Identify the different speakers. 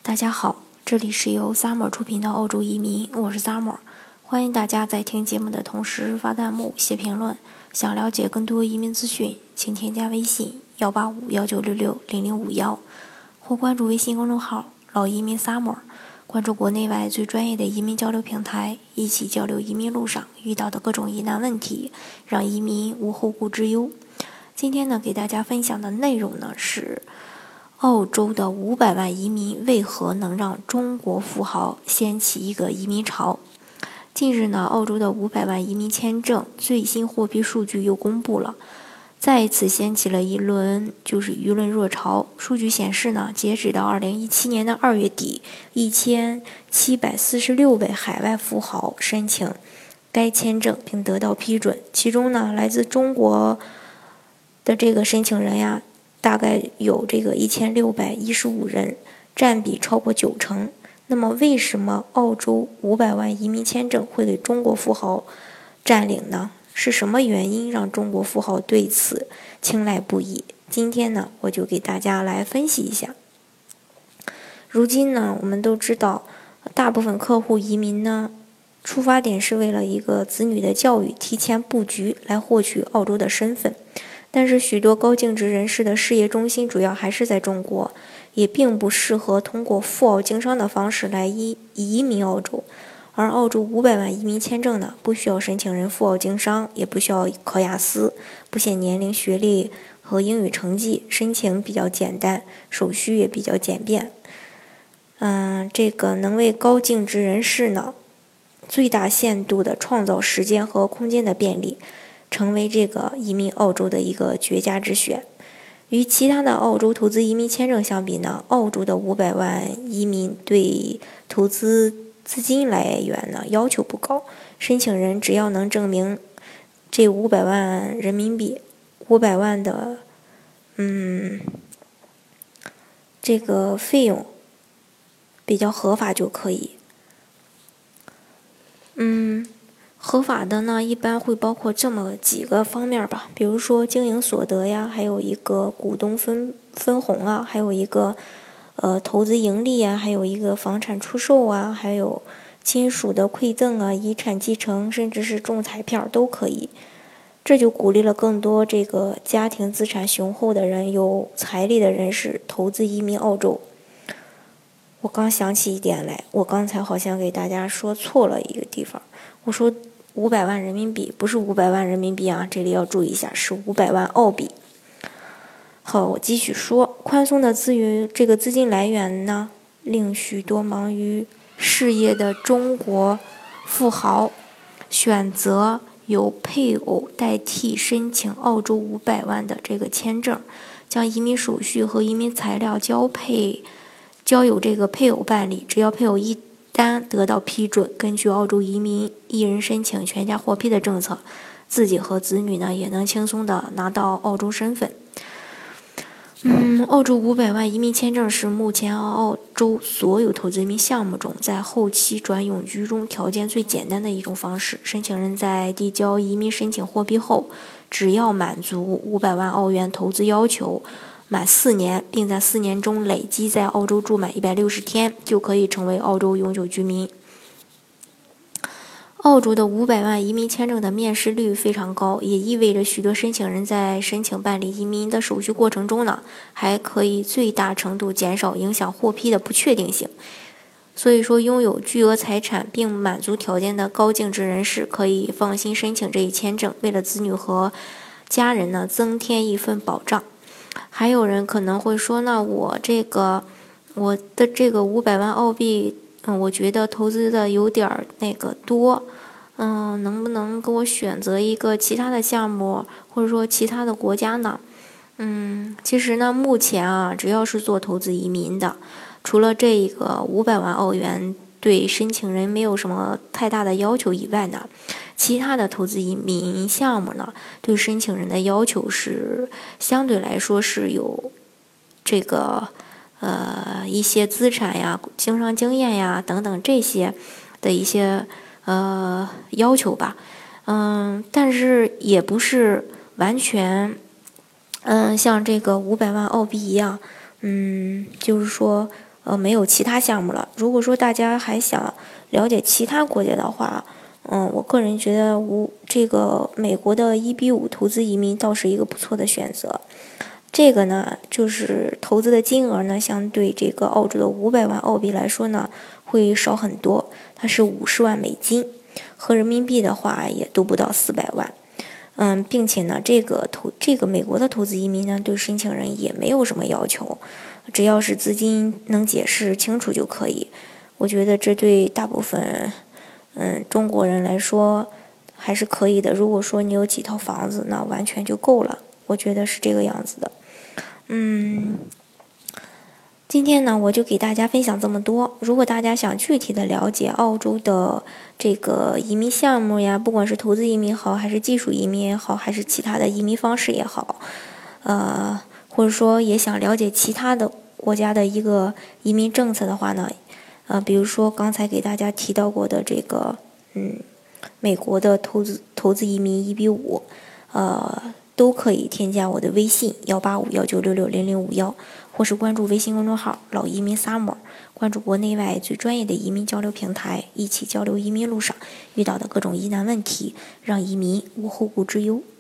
Speaker 1: 大家好，这里是由 Summer 出品的欧洲移民，我是 Summer， 欢迎大家在听节目的同时发弹幕、写评论。想了解更多移民资讯，请添加微信18519660051，或关注微信公众号老移民 Summer， 关注国内外最专业的移民交流平台，一起交流移民路上遇到的各种疑难问题，让移民无后顾之忧。今天呢，给大家分享的内容呢是澳洲的500万移民为何能让中国富豪掀起一个移民潮？近日呢，澳洲的500万移民签证最新获批数据又公布了，再一次掀起了一轮舆论热潮。数据显示呢，截止到2017年的2月底，1746位海外富豪申请该签证并得到批准，其中呢，来自中国的这个申请人呀，大概有这个1615人，占比超过90%。那么为什么澳洲500万移民签证会给中国富豪占领呢？是什么原因让中国富豪对此青睐不已？今天呢，我就给大家来分析一下。如今呢，我们都知道，大部分客户移民呢，出发点是为了一个子女的教育，提前布局来获取澳洲的身份。但是许多高净值人士的事业中心主要还是在中国，也并不适合通过赴澳经商的方式来移民澳洲。而澳洲500万移民签证呢，不需要申请人赴澳经商，也不需要考雅思，不限年龄、学历和英语成绩，申请比较简单，手续也比较简便。这个能为高净值人士呢，最大限度的创造时间和空间的便利，成为这个移民澳洲的一个绝佳之选。与其他的澳洲投资移民签证相比呢，澳洲的500万移民对投资资金来源呢要求不高，申请人只要能证明这500万人民币，500万的这个费用比较合法就可以。合法的呢，一般会包括这么几个方面吧，比如说经营所得呀，还有一个股东分红啊，还有一个投资盈利啊，还有一个房产出售啊，还有亲属的馈赠啊，遗产继承，甚至是中彩票都可以。这就鼓励了更多这个家庭资产雄厚的人、有财力的人士投资移民澳洲。我刚想起一点来，我刚才好像给大家说错了一个地方，我说500万人民币，不是500万人民币啊，这里要注意一下，是500万澳币。好，我继续说，宽松的资金来源呢，令许多忙于事业的中国富豪选择由配偶代替申请澳洲500万的这个签证，将移民手续和移民材料交由这个配偶办理，只要配偶一旦得到批准，根据澳洲移民一人申请全家获批的政策，自己和子女呢也能轻松的拿到澳洲身份。澳洲500万移民签证是目前澳洲所有投资移民项目中在后期转永居中条件最简单的一种方式。申请人在递交移民申请获批后，只要满足500万澳元投资要求，满4年，并在4年中累计在澳洲住满160天，就可以成为澳洲永久居民。澳洲的500万移民签证的面试率非常高，也意味着许多申请人在申请办理移民的手续过程中呢，还可以最大程度减少影响获批的不确定性。所以说，拥有巨额财产并满足条件的高净值人士可以放心申请这一签证，为了子女和家人呢增添一份保障。还有人可能会说，那我的这个500万澳币，我觉得投资的有点多，能不能给我选择一个其他的项目，或者说其他的国家呢？其实呢，目前啊，只要是做投资移民的，除了这个500万澳元对申请人没有什么太大的要求以外呢，其他的投资移民项目呢，对申请人的要求是相对来说是有这个一些资产呀、经商经验呀等等这些的一些要求吧。但是也不是完全像这个500万澳币一样，就是说没有其他项目了。如果说大家还想了解其他国家的话，我个人觉得这个美国的1:5投资移民倒是一个不错的选择。这个呢，就是投资的金额呢，相对这个澳洲的500万澳币来说呢，会少很多。它是50万美金，合人民币的话也都不到400万。并且呢，这个美国的投资移民呢，对申请人也没有什么要求，只要是资金能解释清楚就可以。我觉得这对大部分中国人来说还是可以的。如果说你有几套房子，那完全就够了。我觉得是这个样子的。今天呢，我就给大家分享这么多。如果大家想具体的了解澳洲的这个移民项目呀，不管是投资移民好，还是技术移民也好，还是其他的移民方式也好，或者说也想了解其他的国家的一个移民政策的话呢，比如说刚才给大家提到过的这个，美国的投资移民1:5，都可以添加我的微信18519660051，或是关注微信公众号“老移民 Summer”，关注国内外最专业的移民交流平台，一起交流移民路上遇到的各种疑难问题，让移民无后顾之忧。